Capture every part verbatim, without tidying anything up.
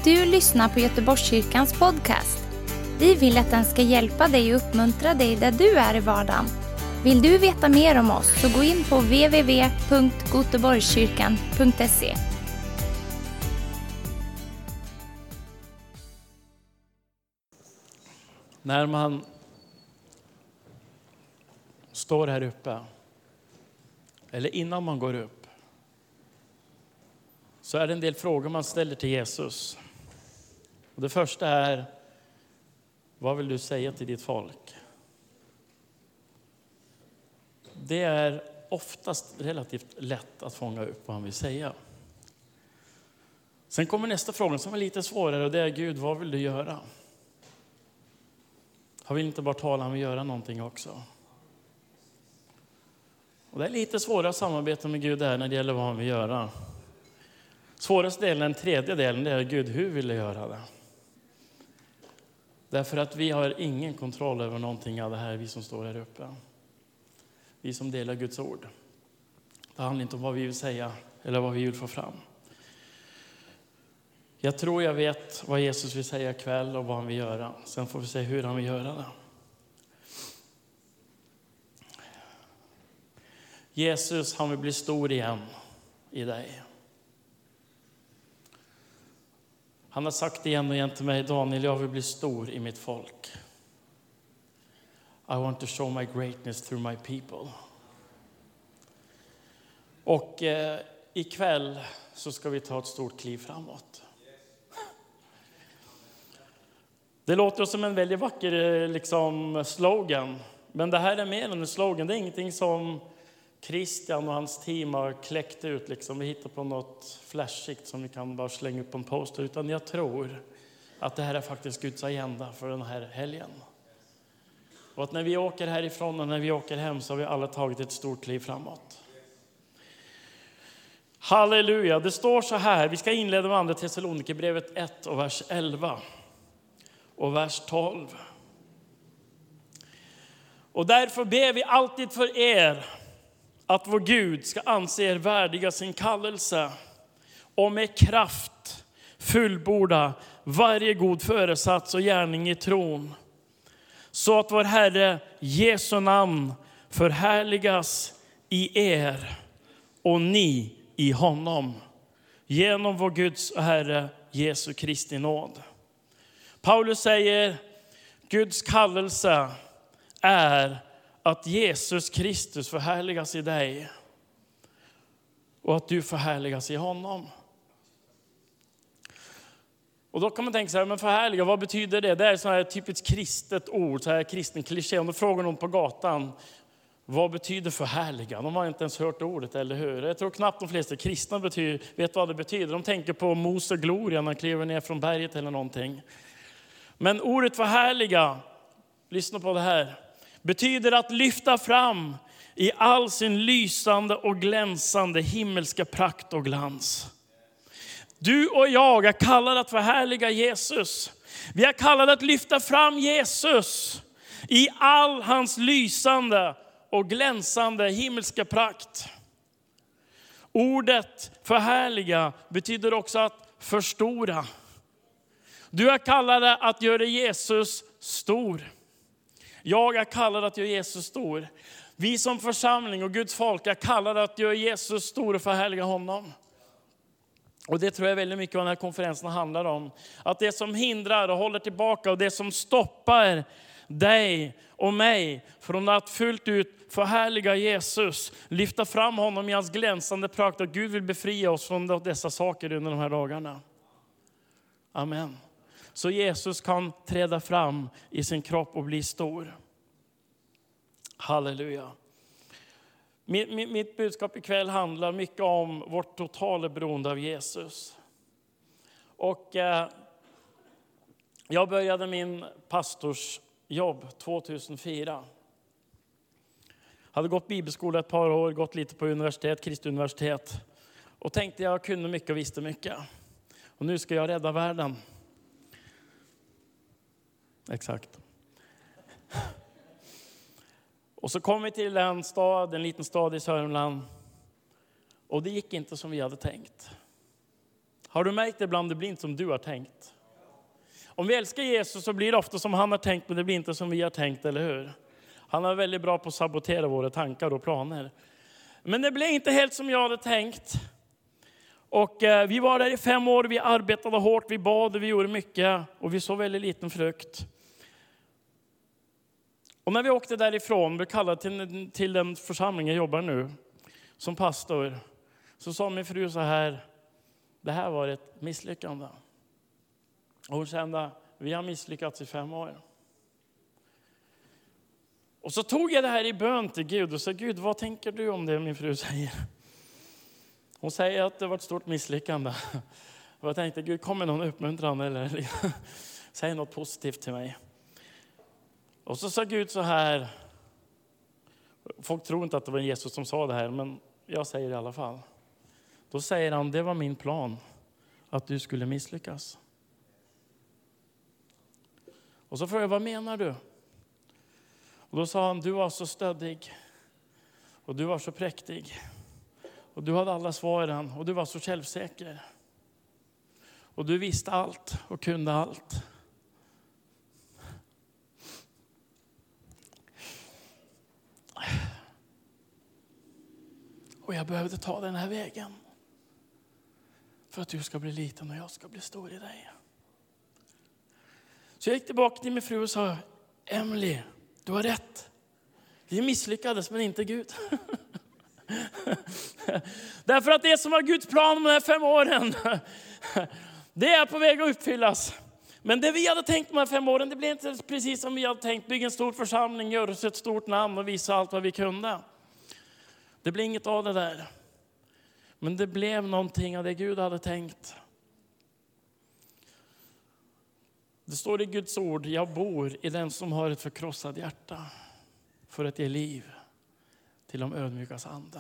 du lyssnar på Göteborgskyrkans podcast. Vi vill att den ska hjälpa dig och uppmuntra dig där du är i vardagen. Vill du veta mer om oss så gå in på w w w punkt goteborgskyrkan punkt se. När man står här uppe, eller innan man går upp, så är det en del frågor man ställer till Jesus. Och det första är: vad vill du säga till ditt folk? Det är oftast relativt lätt att fånga upp vad han vill säga. Sen kommer nästa fråga som är lite svårare, och det är: Gud, vad vill du göra? Han vill inte bara tala, han vill göra någonting också. Och det är lite svårare att samarbeta med Gud där när det gäller vad han vill göra. Svåraste delen, den tredje delen, det är: Gud, hur vill du göra det? Därför att vi har ingen kontroll över någonting av det här, vi som står här uppe. Vi som delar Guds ord. Det handlar inte om vad vi vill säga eller vad vi vill få fram. Jag tror jag vet vad Jesus vill säga ikväll och vad han vill göra. Sen får vi se hur han vill göra det. Jesus, han vill bli stor igen i dig. Han har sagt igen och igen till mig: Daniel, jag vill bli stor i mitt folk. I want to show my greatness through my people. Och eh, ikväll så ska vi ta ett stort kliv framåt. Det låter som en väldigt vacker liksom, slogan. Men det här är mer än en slogan. Det är ingenting som Christian och hans team har kläckt ut. Liksom. Vi hittar på något flashigt som vi kan bara slänga upp på en poster. Utan jag tror att det här är faktiskt Guds agenda för den här helgen. Och att när vi åker härifrån och när vi åker hem så har vi alla tagit ett stort kliv framåt. Halleluja, det står så här. Vi ska inleda med andra Thessalonikerbrevet ett och vers elva. Och vers tolv. Och därför ber vi alltid för er att vår Gud ska anse er värdiga sin kallelse och med kraft fullborda varje god föresats och gärning i tron. Så att vår Herre Jesu namn förhärligas i er och ni i honom. Genom vår Guds och Herre Jesu Kristi nåd. Paulus säger: Guds kallelse är att Jesus Kristus förhärligas i dig. Och att du förhärligas i honom. Och då kan man tänka så här: men förhärliga, vad betyder det? Det är så här typiskt kristet ord, så här kristen kliché. Om du frågar någon på gatan: vad betyder förhärliga? De har inte ens hört ordet, eller hur? Jag tror knappt de flesta kristna betyder, vet vad det betyder. De tänker på Mose gloria när han kliver ner från berget eller någonting. Men ordet förhärliga, lyssna på det här, betyder att lyfta fram i all sin lysande och glänsande himmelska prakt och glans. Du och jag är kallade att förhärliga Jesus. Vi är kallade att lyfta fram Jesus i all hans lysande och glänsande himmelska prakt. Ordet förhärliga betyder också att förstora. Du är kallad att göra Jesus stor. Jag är kallad att göra Jesus stor. Vi som församling och Guds folk är kallade att göra Jesus stor och förhärliga honom. Och det tror jag väldigt mycket vad den här konferensen handlar om. Att det som hindrar och håller tillbaka och det som stoppar dig och mig från att fullt ut förhärliga Jesus, lyfta fram honom i hans glänsande prakt, att Gud vill befria oss från dessa saker under de här dagarna. Amen. Så Jesus kan träda fram i sin kropp och bli stor. Halleluja. Mitt, mitt budskap ikväll handlar mycket om vårt totala beroende av Jesus. Och eh, jag började min pastorsjobb tvåtusenfyra. Hade gått bibelskola ett par år, gått lite på universitet, Kristi universitet. Och tänkte jag kunde mycket och visste mycket. Och nu ska jag rädda världen. Exakt. Och så kom vi till en stad, en liten stad i Sörmland. Och det gick inte som vi hade tänkt. Har du märkt det ibland, det blir inte som du har tänkt? Om vi älskar Jesus så blir det ofta som han har tänkt, men det blir inte som vi har tänkt, eller hur? Han är väldigt bra på att sabotera våra tankar och planer. Men det blev inte helt som jag hade tänkt. Och eh, vi var där i fem år, vi arbetade hårt, vi bad, vi gjorde mycket. Och vi såg väldigt liten frukt. Och när vi åkte därifrån, vi kallade till, till den församling jag jobbar nu som pastor. Så sa min fru så här, det här var ett misslyckande. Och hon kände, vi har misslyckats i fem år. Och så tog jag det här i bön till Gud och sa, Gud, vad tänker du om det min fru säger? Hon säger att det var ett stort misslyckande. Och jag tänkte, Gud, kommer någon uppmuntran eller säg något positivt till mig. Och så sa Gud så här, folk tror inte att det var Jesus som sa det här, men jag säger det i alla fall. Då säger han, det var min plan att du skulle misslyckas. Och så frågade jag, vad menar du? Och då sa han, du var så stöddig. Och du var så präktig. Och du hade alla svaren. Och du var så självsäker. Och du visste allt och kunde allt. Och jag behövde ta den här vägen. För att du ska bli liten och jag ska bli stor i dig. Så jag gick tillbaka till min fru och sa, Emily, du har rätt. Vi misslyckades, men inte Gud. Därför att det som var Guds plan de här fem åren, det är på väg att uppfyllas. Men det vi hade tänkt de här fem åren, det blev inte precis som vi hade tänkt. Bygga en stor församling, göra oss ett stort namn och visa allt vad vi kunde. Det blev inget av det där. Men det blev någonting av det Gud hade tänkt. Det står i Guds ord, jag bor i den som har ett förkrossat hjärta för att ge liv till de ödmjukas anda.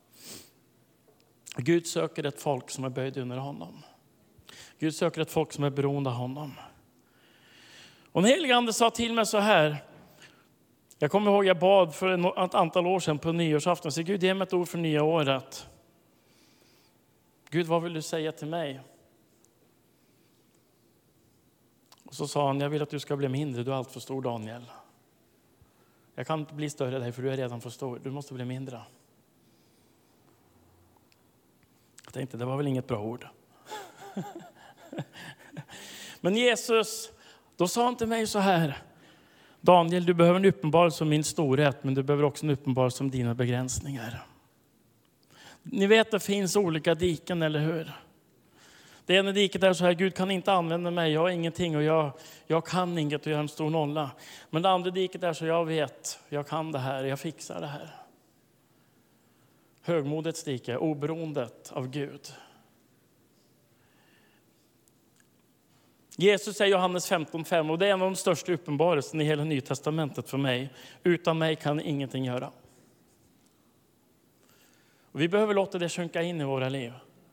Gud söker ett folk som är böjd under honom. Gud söker ett folk som är beroende av honom. Och en helig ande sa till mig så här. Jag kommer ihåg jag bad för ett antal år sedan på nyårsafton. Så Gud, ge mig ett ord för nya året. Gud, vad vill du säga till mig? Och så sa han, jag vill att du ska bli mindre. Du är allt för stor, Daniel. Jag kan inte bli större dig för du är redan för stor. Du måste bli mindre. Jag tänkte, det var väl inget bra ord. Men Jesus, då sa han till mig så här. Daniel, du behöver en uppenbarelse om min storhet, men du behöver också en uppenbarelse om dina begränsningar. Ni vet att det finns olika diken, eller hur? Det ena diket är så här, Gud kan inte använda mig, jag har ingenting och jag, jag kan inget och jag har en stor nolla. Men det andra diket är så, jag vet, jag kan det här, jag fixar det här. Högmodets dike, oberoendet av Gud. Jesus säger Johannes femton fem, och det är en av de största uppenbarelserna i hela Nya testamentet för mig. Utan mig kan ni ingenting göra. Och vi behöver låta det sjunka in i våra liv.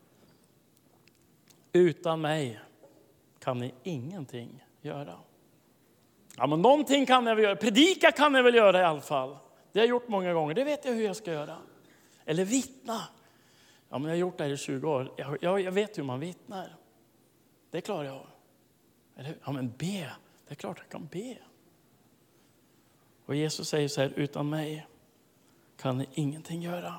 Utan mig kan ni ingenting göra. Ja, men någonting kan jag väl göra. Predika kan jag väl göra i alla fall. Det har jag gjort många gånger. Det vet jag hur jag ska göra. Eller vittna. Ja, men jag har gjort det här i tjugo år. Jag, jag, jag vet hur man vittnar. Det klarar jag. Eller hur? Ja, men be. Det är klart jag kan be. Och Jesus säger så här, utan mig kan ni ingenting göra.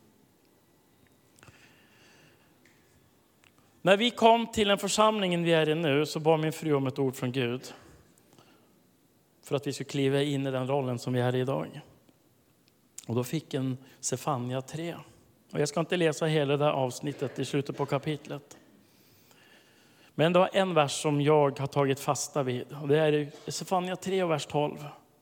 När vi kom till den församlingen vi är i nu så bad min fru om ett ord från Gud. För att vi skulle kliva in i den rollen som vi är i idag. Och då fick en Sefania tre. Och jag ska inte läsa hela det här avsnittet i slutet på kapitlet. Men det var en vers som jag har tagit fasta vid. Och det är Sefania tre och vers tolv.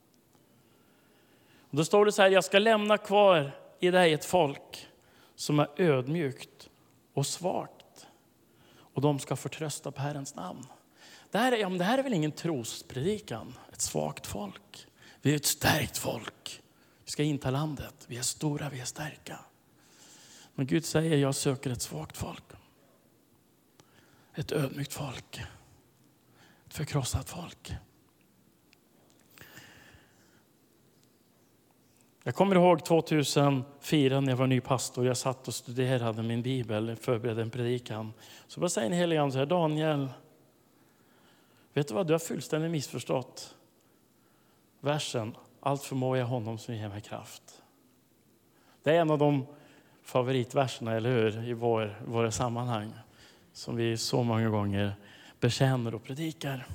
Och då står det så här, jag ska lämna kvar i dig ett folk som är ödmjukt och svagt. Och de ska förtrösta på Herrens namn. Det här, är, ja, men det här är väl ingen trospredikan. Ett svagt folk. Vi är ett stärkt folk. Vi ska inta landet. Vi är stora, vi är starka. Men Gud säger, jag söker ett svagt folk. Ett ödmjukt folk. Ett förkrossat folk. Jag kommer ihåg tjugohundrafyra när jag var ny pastor. Jag satt och studerade min bibel, förberedde en predikan. Så bara säger en helig ande så här: Daniel, vet du vad, du har fullständigt missförstått versen. Allt förmår jag honom som ger mig kraft. Det är en av de favoritverserna, eller hur, i vår, våra sammanhang. Som vi så många gånger bekänner och predikar.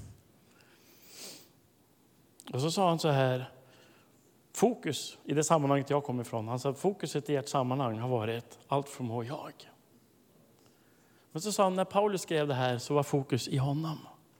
Och så sa han så här: fokus i det sammanhanget jag kommer ifrån. Han sa fokuset i ert sammanhang har varit allt förmår jag. Men så sa han, när Paulus skrev det här så var fokus i honom.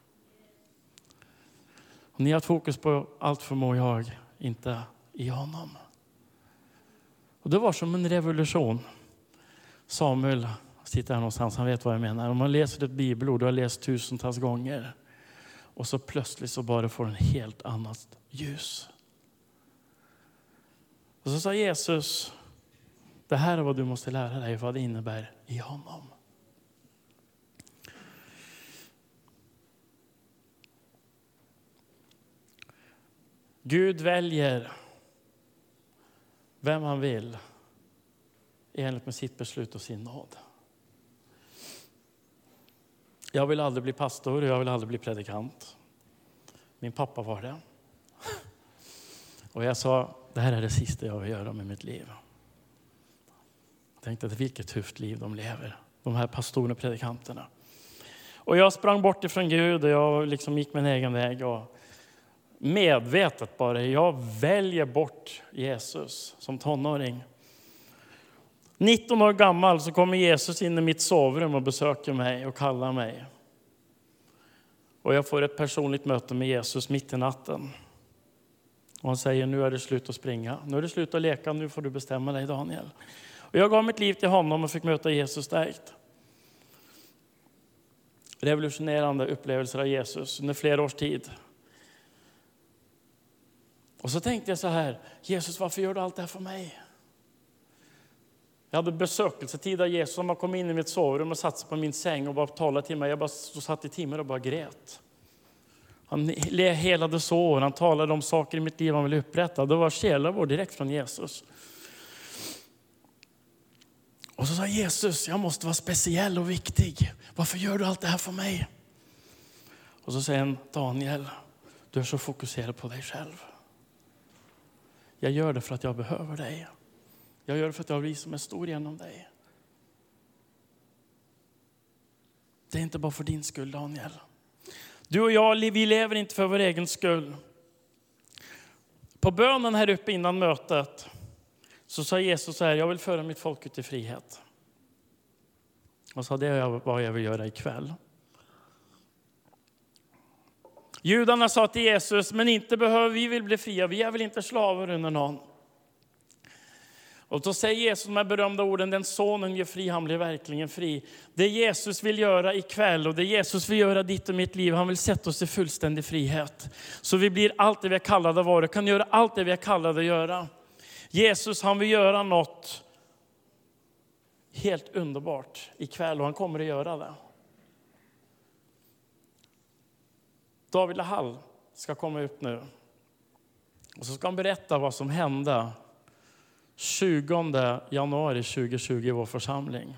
Och ni har fokus på allt förmår jag, inte i honom. Och det var som en revolution. Samuel sitter här någonstans, han vet vad jag menar. Om man läser ett bibelord, du har läst tusentals gånger. Och så plötsligt så bara får en helt annat ljus. Och så sa Jesus, det här är vad du måste lära dig, vad det innebär i honom. Gud väljer vem han vill enligt med sitt beslut och sin nåd. Jag vill aldrig bli pastor, jag vill aldrig bli predikant. Min pappa var det. Och jag sa, det här är det sista jag vill göra med mitt liv. Jag tänkte att vilket tufft liv de lever, de här pastorerna och predikanterna. Och jag sprang bort ifrån Gud och jag liksom gick min egen väg. Och medvetet bara, jag väljer bort Jesus som tonåring. nitton år gammal så kommer Jesus in i mitt sovrum och besöker mig och kallar mig. Och jag får ett personligt möte med Jesus mitt i natten. Och han säger, nu är det slut att springa. Nu är det slut att leka, nu får du bestämma dig, Daniel. Och jag gav mitt liv till honom och fick möta Jesus direkt. Revolutionerande upplevelser av Jesus under flera års tid. Och så tänkte jag så här, Jesus, varför gör du allt det här för mig? Jag hade besökelsetid av Jesus som kom in i mitt sovrum och satt sig på min säng och bara talade till mig. Jag bara så satt i timmar och bara grät. Han helade sår, han talade om saker i mitt liv han ville upprätta. Det var själavård direkt från Jesus. Och så sa Jesus, jag måste vara speciell och viktig. Varför gör du allt det här för mig? Och så säger han, Daniel, du är så fokuserad på dig själv. Jag gör det för att jag behöver dig. Jag gör det för att jag vill som är stor genom dig. Det är inte bara för din skull, Daniel. Du och jag, vi lever inte för vår egen skull. På bönen här uppe innan mötet så sa Jesus så här, jag vill föra mitt folk ut i frihet. Och så det är vad jag vill göra ikväll. Judarna sa till Jesus, men inte behöver vi vill bli fria. Vi är väl inte slavar under någon. Och då säger Jesus de här berömda orden, den sonen gör fri, han blir verkligen fri. Det Jesus vill göra ikväll och det Jesus vill göra ditt och mitt liv, han vill sätta oss i fullständig frihet. Så vi blir allt det vi är kallade att vara, kan göra allt det vi är kallade att göra. Jesus, han vill göra något helt underbart ikväll och han kommer att göra det. David Lahall ska komma upp nu. Och så ska han berätta vad som hände tjugonde januari tjugohundratjugo i vår församling.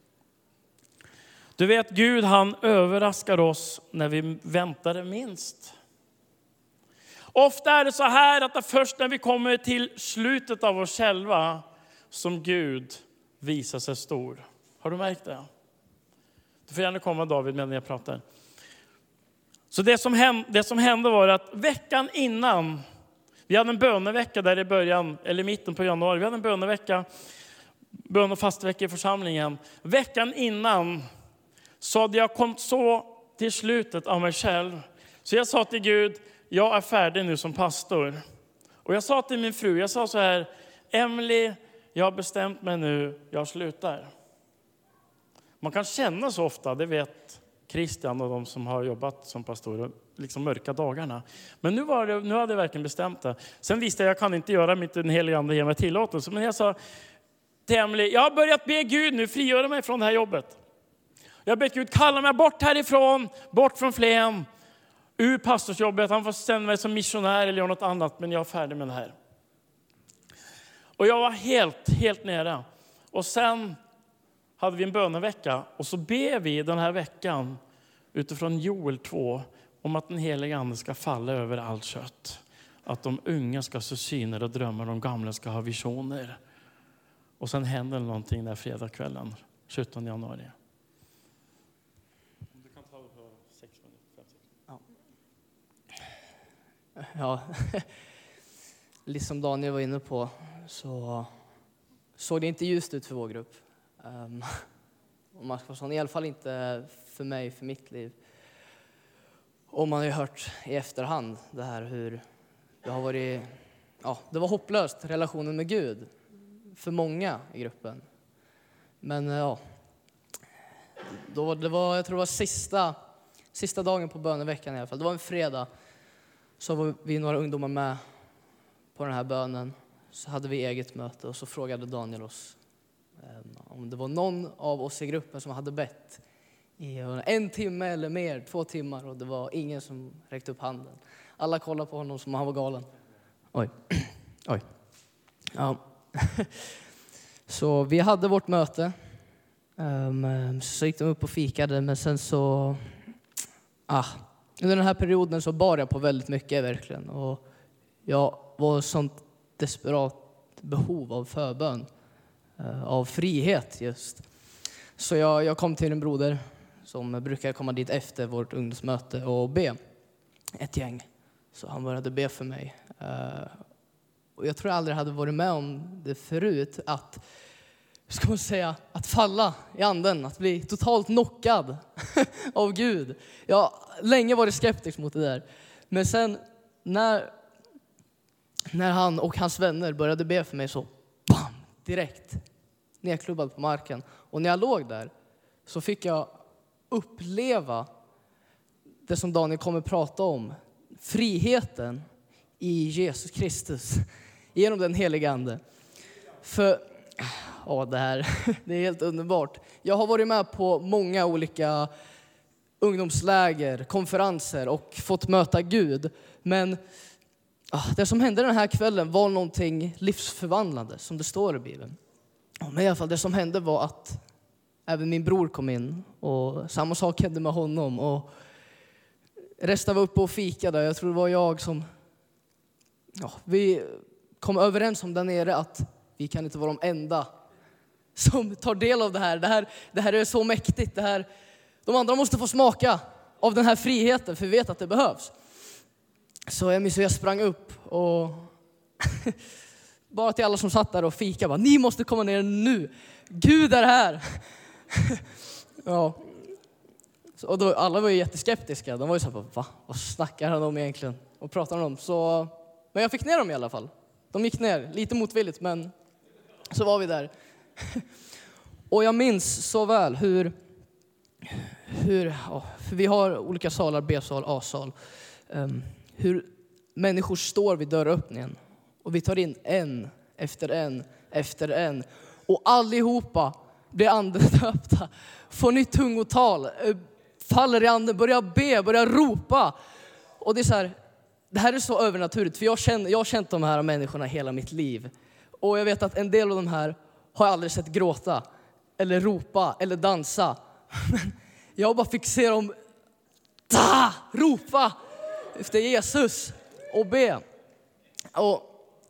Du vet, Gud han överraskar oss när vi väntar minst. Ofta är det så här att det först när vi kommer till slutet av oss själva som Gud visar sig stor. Har du märkt det? Du får gärna komma, David, medan jag pratar. Så det som hände, det som hände var att veckan innan, vi hade en bönevecka där i början, eller mitten på januari. Vi hade en bönevecka, bön- och fastvecka i församlingen. Veckan innan så hade jag kommit så till slutet av mig själv. Så jag sa till Gud, jag är färdig nu som pastor. Och jag sa till min fru, jag sa så här, Emily, jag har bestämt mig nu, jag slutar. Man kan känna så ofta, det vet Christian och de som har jobbat som pastorer, liksom mörka dagarna. Men nu, var det, nu hade jag verkligen bestämt det. Sen visste jag att jag kan inte göra mitt den helige ande ge mig tillåtelse. Men jag sa till Emily, jag har börjat be Gud nu frigöra mig från det här jobbet. Jag har bett Gud kalla mig bort härifrån, bort från Flen, ur pastorsjobbet. Han får sända mig som missionär eller göra något annat, men jag är färdig med det här. Och jag var helt, helt nere. Och sen hade vi en bönevecka. Och så ber vi den här veckan utifrån Joel två om att den heliga ande ska falla över allt kött. Att de unga ska se syner och drömmar, de gamla ska ha visioner. Och sen händer någonting där fredagskvällen, sjuttonde januari. Du kan ta det på sex minuter. Ja. Ja. Lite som Daniel var inne på så såg det inte ljust ut för vår grupp. Um, och man ska säga, i alla fall inte för mig, för mitt liv. Och man har ju hört i efterhand det här hur det har varit, ja, det var hopplöst, relationen med Gud för många i gruppen. Men ja, då, det var, jag tror det var sista, sista dagen på böneveckan i alla fall. Det var en fredag, så var vi några ungdomar med på den här bönen. Så hade vi eget möte och så frågade Daniel oss eh, om det var någon av oss i gruppen som hade bett i en timme eller mer, två timmar, och det var ingen som räckte upp handen. Alla kollade på honom som han var galen. Oj. Oj. Ja. Så vi hade vårt möte. Um, så gick de upp och fikade, men sen så ah, under den här perioden så bar jag på väldigt mycket verkligen, och jag var sånt desperat behov av förbön, uh, av frihet just. Så jag, jag kom till en broder som brukar komma dit efter vårt ungdomsmöte och be ett gäng. Så han började be för mig. Uh, och jag tror jag aldrig hade varit med om det förut, att ska man säga, att falla i anden, att bli totalt knockad av Gud. Jag har länge varit skeptisk mot det där. Men sen när, när han och hans vänner började be för mig så bam, direkt nedklubbad på marken. Och när jag låg där så fick jag uppleva det som Daniel kommer prata om. Friheten i Jesus Kristus genom den heliga ande. För ja, det här det är helt underbart. Jag har varit med på många olika ungdomsläger, konferenser och fått möta Gud. Men ja, det som hände den här kvällen var någonting livsförvandlande, som det står i Bibeln. Men i alla fall, det som hände var att även min bror kom in, och samma sak hände med honom. Och resten var uppe och fikade. Jag tror det var jag som... Ja, vi kom överens om där nere att vi kan inte vara de enda som tar del av det här. Det här, det här är så mäktigt. Det här, de andra måste få smaka av den här friheten, för vi vet att det behövs. Så jag minns hur jag sprang upp och bara till alla som satt där och fika, bara, ni måste komma ner nu. Gud är här. Ja. Och då, alla var ju jätteskeptiska. De var ju så här, va? Vad snackar han om egentligen? Och pratar om. Så, men jag fick ner dem i alla fall. De gick ner, lite motvilligt, men så var vi där. Och jag minns så väl hur, hur ja, för vi har olika salar, B-sal, A-sal. Um, hur människor står vid dörröppningen. Och vi tar in en efter en efter en. Och allihopa blir andedöpta. Får nytt tungotal. Faller i anden, börjar be, börjar ropa. Och det är så här, det här är så övernaturligt. För jag, känner, jag har känt de här människorna hela mitt liv. Och jag vet att en del av de här har jag aldrig sett gråta. Eller ropa, eller dansa. Men jag bara fick se dem ta, ropa efter Jesus och be. Och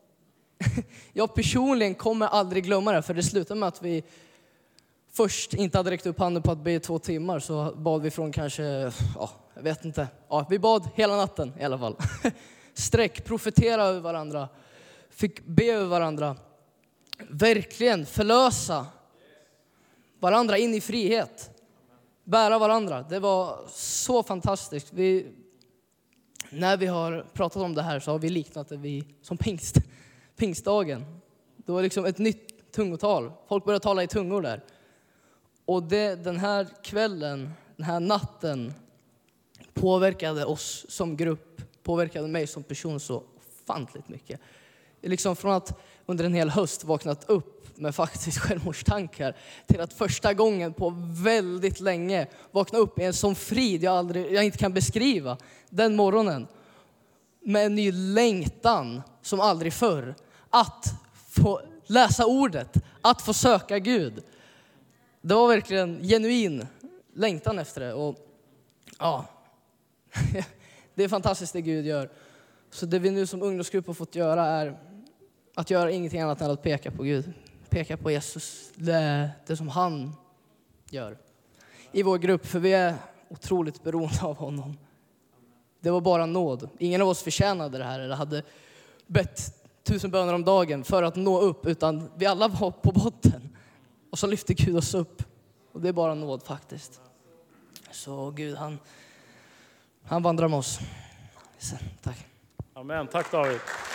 jag personligen kommer aldrig glömma det. För det slutade med att vi först inte hade räckt upp handen på att be i två timmar. Så bad vi från kanske, ja, jag vet inte. Ja, vi bad hela natten i alla fall. Sträck, profetera över varandra. Fick be över varandra. Verkligen förlösa varandra in i frihet. Bära varandra. Det var så fantastiskt. Vi, när vi har pratat om det här så har vi liknat det vi, som pingst, pingstdagen. Det var liksom ett nytt tungotal. Folk började tala i tungor där. Och det, den här kvällen, den här natten påverkade oss som grupp, påverkade mig som person så ofantligt mycket. Liksom från att under en hel höst vaknat upp med faktiskt självmordstankar till att första gången på väldigt länge vakna upp i en sån frid jag, aldrig, jag inte kan beskriva den morgonen. Med en ny längtan som aldrig förr. Att få läsa ordet, att få söka Gud. Det var verkligen genuin längtan efter det. Och ja, det är fantastiskt det Gud gör. Så det vi nu som ungdomsgrupp har fått göra är att göra ingenting annat än att peka på Gud. Peka på Jesus, det, det som han gör i vår grupp. För vi är otroligt beroende av honom. Det var bara nåd. Ingen av oss förtjänade det här eller hade bett tusen böner om dagen för att nå upp. Utan vi alla var på botten. Och så lyfte Gud oss upp. Och det är bara nåd faktiskt. Så Gud, han, han vandrar med oss. Så, tack. Amen. Tack David.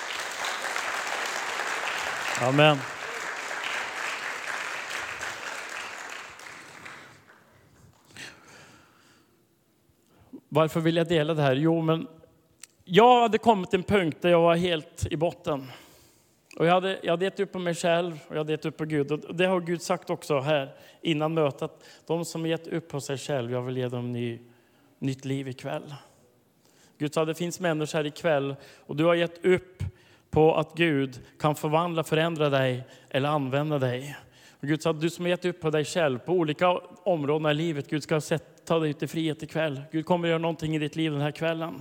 Amen. Varför vill jag dela det här? Jo, men jag hade kommit till en punkt där jag var helt i botten. Och jag hade, jag hade gett upp på mig själv och jag hade gett upp på Gud. Och det har Gud sagt också här innan mötet. De som har gett upp på sig själv, jag vill ge dem ny, nytt liv ikväll. Gud sa, det finns människor här ikväll och du har gett upp på att Gud kan förvandla, förändra dig eller använda dig. Och Gud sa, du som har gett upp på dig själv på olika områden i livet, Gud ska ta dig ut i frihet ikväll. Gud kommer att göra någonting i ditt liv den här kvällen.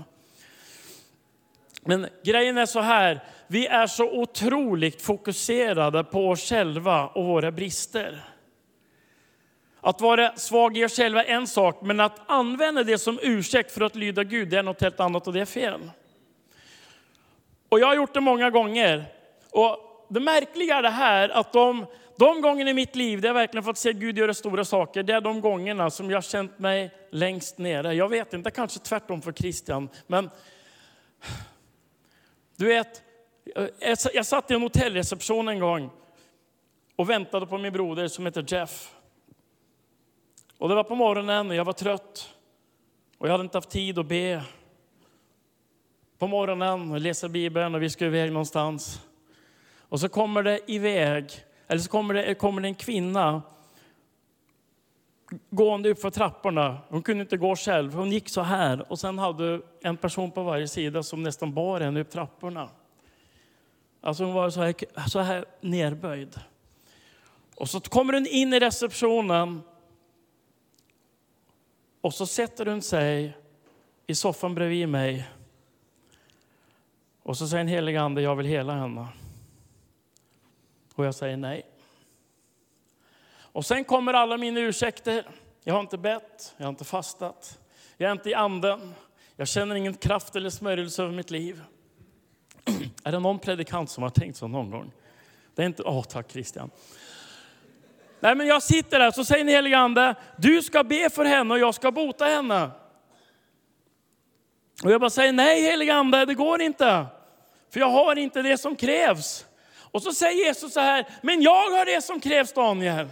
Men grejen är så här, vi är så otroligt fokuserade på oss själva och våra brister. Att vara svag i oss själva är en sak, men att använda det som ursäkt för att lyda Gud, det är något helt annat och det är fel. Och jag har gjort det många gånger. Och det märkliga är det här att de, de gångerna i mitt liv där jag verkligen fått se Gud göra stora saker, det är de gångerna som jag har känt mig längst nere. Jag vet inte, kanske tvärtom för Christian, men du vet, jag satt i en hotellreception en gång och väntade på min broder som heter Jeff. Och det var på morgonen och jag var trött. Och jag hade inte haft tid att be. På morgonen och läsa Bibeln och vi ska iväg någonstans. Och så kommer det iväg, eller så kommer det, kommer det en kvinna gående upp för trapporna. Hon kunde inte gå själv. Hon gick så här. Och sen hade en person på varje sida som nästan bar henne upp trapporna. Alltså hon var så här, så här nerböjd. Och så kommer hon in i receptionen. Och så sätter hon sig i soffan bredvid mig. Och så säger en helig ande, jag vill hela henne. Och jag säger nej. Och sen kommer alla mina ursäkter. Jag har inte bett, jag har inte fastat. Jag är inte i anden. Jag känner ingen kraft eller smörjelse över mitt liv. Är det någon predikant som har tänkt så någon gång? Det är inte, åh tack Christian. Nej, men jag sitter där, så säger en helig ande, du ska be för henne och jag ska bota henne. Och jag bara säger, nej helig ande, det går inte. För jag har inte det som krävs. Och så säger Jesus så här, men jag har det som krävs, Daniel.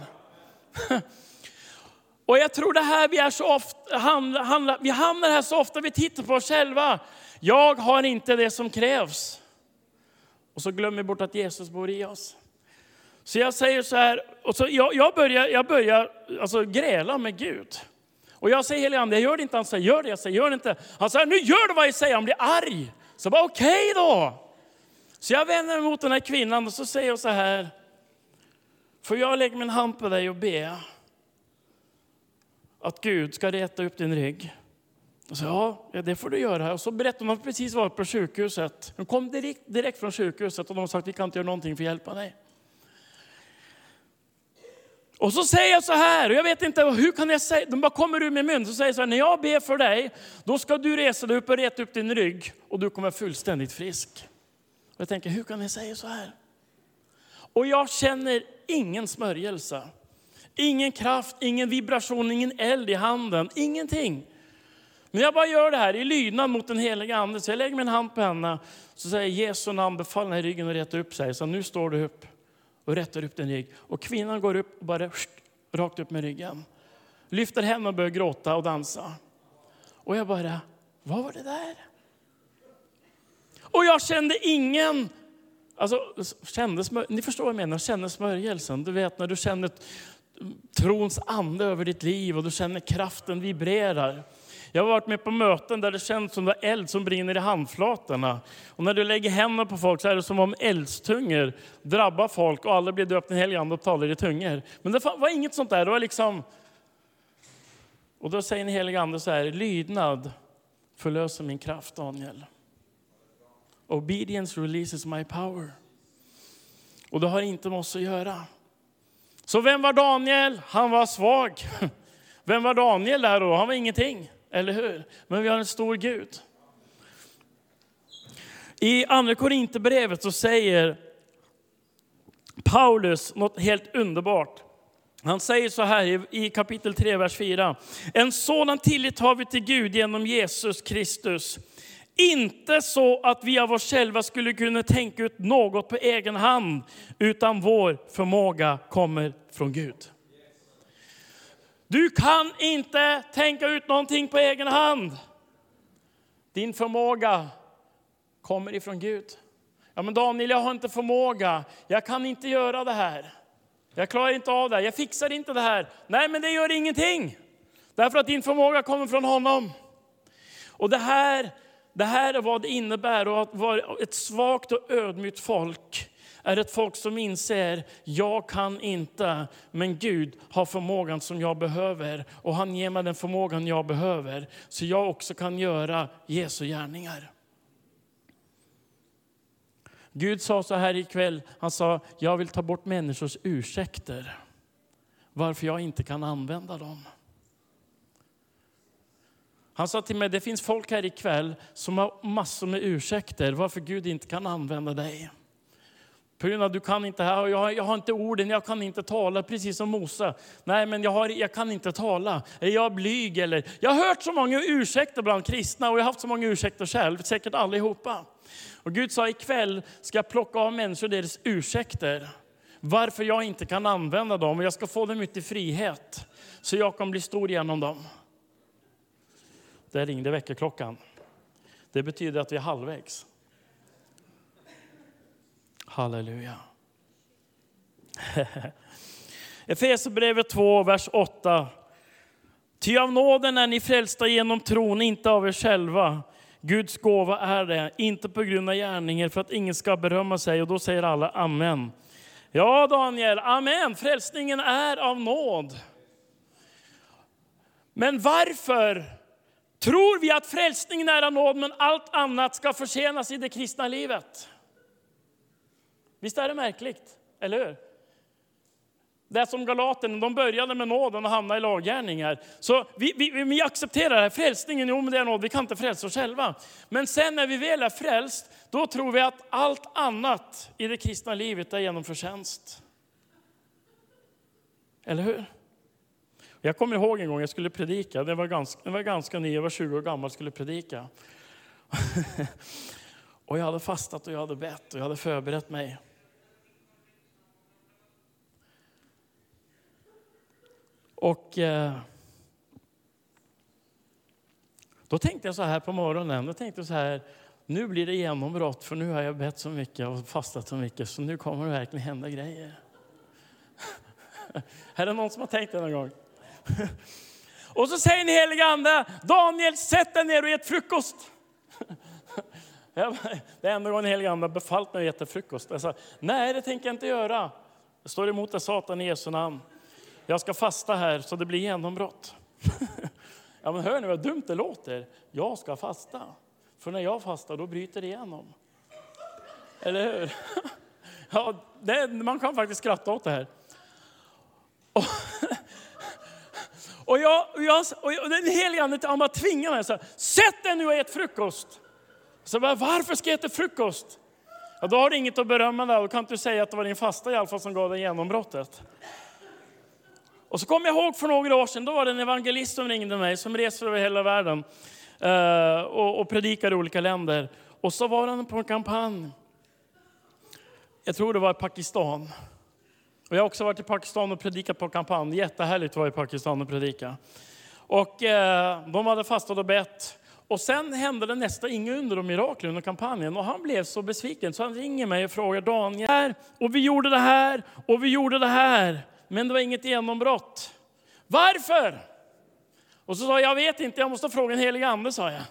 Och jag tror det här vi är så ofta, handla, handla, vi hamnar här så ofta, vi tittar på oss själva. Jag har inte det som krävs. Och så glömmer vi bort att Jesus bor i oss. Så jag säger så här, och så jag, jag börjar, jag börjar alltså gräla med Gud. Och jag säger helig ande, jag gör det inte. Han säger, gör det. Jag säger, gör det inte. Han säger, nu gör du vad jag säger. Han blir arg. Så bara, okej okay då. Så jag vänder mig mot den här kvinnan och så säger jag så här. För jag lägger min hand på dig och ber att Gud ska rätta upp din rygg. Och så ja, det får du göra. Och så berättade hon precis var på sjukhuset. Hon kom direkt, direkt från sjukhuset och de har sagt, vi kan inte göra någonting för att hjälpa dig. Och så säger jag så här, och jag vet inte, hur kan jag säga, de bara kommer ur min mun, så säger jag så här, när jag ber för dig, då ska du resa dig upp och rätta upp din rygg, och du kommer fullständigt frisk. Och jag tänker, hur kan jag säga så här? Och jag känner ingen smörjelse, ingen kraft, ingen vibration, ingen eld i handen, ingenting. Men jag bara gör det här i lydnad mot den heliga ande, så jag lägger min hand på henne, så säger Jesu namn, befall henne i ryggen och rätta upp sig, så nu står du upp. Och rättar upp den rygg. Och kvinnan går upp och bara rakt upp med ryggen. Lyfter henne och börjar gråta och dansa. Och jag bara, vad var det där? Och jag kände ingen, alltså kände smör, ni förstår vad jag menar, kände smörjelsen. Du vet när du känner trons ande över ditt liv och du känner kraften vibrerar. Jag har varit med på möten där det känns som det är eld som brinner i handflatorna. Och när du lägger händerna på folk så är det som om eldstungor drabbar folk och alla blir döpt den helige ande och talar i tungor. Men det var inget sånt där. Det var liksom... Och då säger den helige ande så här: lydnad förlöser min kraft, Daniel. Obedience releases my power. Och det har inte med oss att göra. Så vem var Daniel? Han var svag. Vem var Daniel där då? Han var ingenting, eller hur? Men vi har en stor Gud. I andra Korinthierbrevet så säger Paulus något helt underbart. Han säger så här i kapitel tre, vers fyra. En sådan tillit har vi till Gud genom Jesus Kristus. Inte så att vi av oss själva skulle kunna tänka ut något på egen hand, utan vår förmåga kommer från Gud. Du kan inte tänka ut någonting på egen hand. Din förmåga kommer ifrån Gud. Ja, men Daniel, jag har inte förmåga. Jag kan inte göra det här. Jag klarar inte av det. Jag fixar inte det här. Nej, men det gör ingenting. Därför att din förmåga kommer från honom. Och det här, det här är vad det innebär. Och att vara ett svagt och ödmjukt folk är ett folk som inser: jag kan inte, men Gud har förmågan som jag behöver. Och han ger mig den förmågan jag behöver, så jag också kan göra Jesu gärningar. Gud sa så här ikväll. Han sa: jag vill ta bort människors ursäkter varför jag inte kan använda dem. Han sa till mig: det finns folk här ikväll som har massor med ursäkter varför Gud inte kan använda dig. På grund av att du kan inte här, jag har, jag har inte orden, jag kan inte tala, precis som Mose. Nej, men jag, har, jag kan inte tala. Är jag blyg eller? Jag har hört så många ursäkter bland kristna, och jag har haft så många ursäkter själv, säkert allihopa. Och Gud sa: ikväll ska jag plocka av människor deras ursäkter varför jag inte kan använda dem, och jag ska få dem ut i frihet så jag kan bli stor genom dem. Där ringde väckarklockan. Det betyder att vi är halvvägs. Halleluja. Efesierbrevet två, vers åtta. Ty av nåden är ni frälsta genom tron, inte av er själva. Guds gåva är det, inte på grund av gärningar, för att ingen ska berömma sig. Och då säger alla amen. Ja, Daniel, amen. Frälsningen är av nåd. Men varför tror vi att frälsningen är av nåd, men allt annat ska försenas i det kristna livet? Visst är det märkligt, eller hur? Det är som Galaterna, de började med nåden och hamnade i laggärningar. Så vi, vi, vi accepterar det här. Frälsningen, jo men det är nåd, vi kan inte frälsa oss själva. Men sen när vi väl är frälst, då tror vi att allt annat i det kristna livet är genom förtjänst. Eller hur? Jag kommer ihåg en gång jag skulle predika. Det var ganska, det var ganska ny, jag var tjugo år gammal och skulle predika. Och jag hade fastat och jag hade bett och jag hade förberett mig. Och eh, då tänkte jag så här på morgonen. Då tänkte jag så här: nu blir det genombrott, för nu har jag bett så mycket och fastat så mycket, så nu kommer det verkligen hända grejer. Är det någon som har tänkt det någon gång? Och så säger ni heliga ande: Daniel, sätt dig ner och ät frukost. Det är enda gången heliga ande befallt mig att äta frukost. Jag sa: nej, det tänker jag inte göra. Det står emot det, Satan, i Jesu namn. Jag ska fasta här så det blir genombrott. Ja, men hör ni vad dumt det låter? Jag ska fasta. För när jag fastar, då bryter det igenom. Eller hur? Ja, det, man kan faktiskt skratta åt det här. Och, och, jag, och, jag, och jag, den heliga ande, han bara tvingar mig. Så här: sätt dig nu och ät frukost. Så bara, varför ska jag äta frukost? Ja, då har du inget att berömma där. Då kan du säga att det var din fasta i alla fall som gav dig genombrottet. Och så kom jag ihåg för några år sedan, då var det en evangelist som ringde mig, som reser över hela världen uh, och, och predikar i olika länder. Och så var han på en kampanj. Jag tror det var i Pakistan. Och jag har också varit i Pakistan och predikat på kampanj. Jättehärligt att vara i Pakistan och predika. Och uh, de hade fastat och bett. Och sen hände det nästa inga under och mirakel under kampanjen. Och han blev så besviken så han ringer mig och frågar: Daniel, och vi gjorde det här och vi gjorde det här. Men det var inget genombrott. Varför? Och så sa jag, jag vet inte, jag måste fråga en helig ande, sa jag.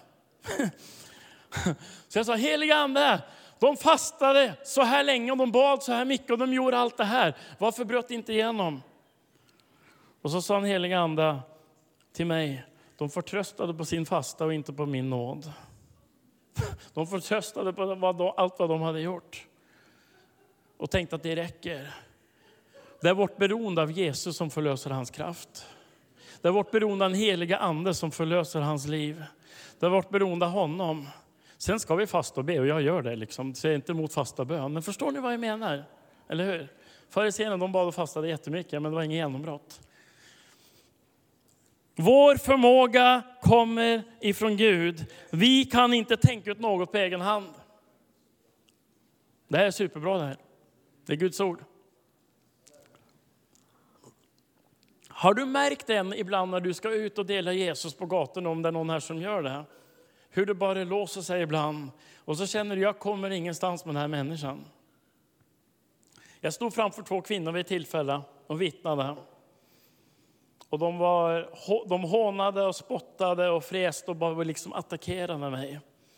Så jag sa, helig ande, de fastade så här länge och de bad så här mycket och de gjorde allt det här. Varför bröt inte igenom? Och så sa en helig ande till mig, de förtröstade på sin fasta och inte på min nåd. De förtröstade på vad de, allt vad de hade gjort. Och tänkte att det räcker. Det är vårt beroende av Jesus som förlöser hans kraft. Det är vårt beroende av en heliga ande som förlöser hans liv. Det är vårt beroende av honom. Sen ska vi fasta och be, och jag gör det liksom. Så jag är inte emot fasta bön. Men förstår ni vad jag menar? Eller hur? Fariséerna, de bad och fastade jättemycket, men det var ingen genombrott. Vår förmåga kommer ifrån Gud. Vi kan inte tänka ut något på egen hand. Det här är superbra det här. Det är Guds ord. Har du märkt den ibland när du ska ut och dela Jesus på gatan, om det är någon här som gör det? Hur det bara låser sig ibland. Och så känner du, jag kommer ingenstans med den här människan. Jag stod framför två kvinnor vid ett tillfälle och vittnade. Och de, var, de hånade och spottade och fräste och bara liksom attackerade mig.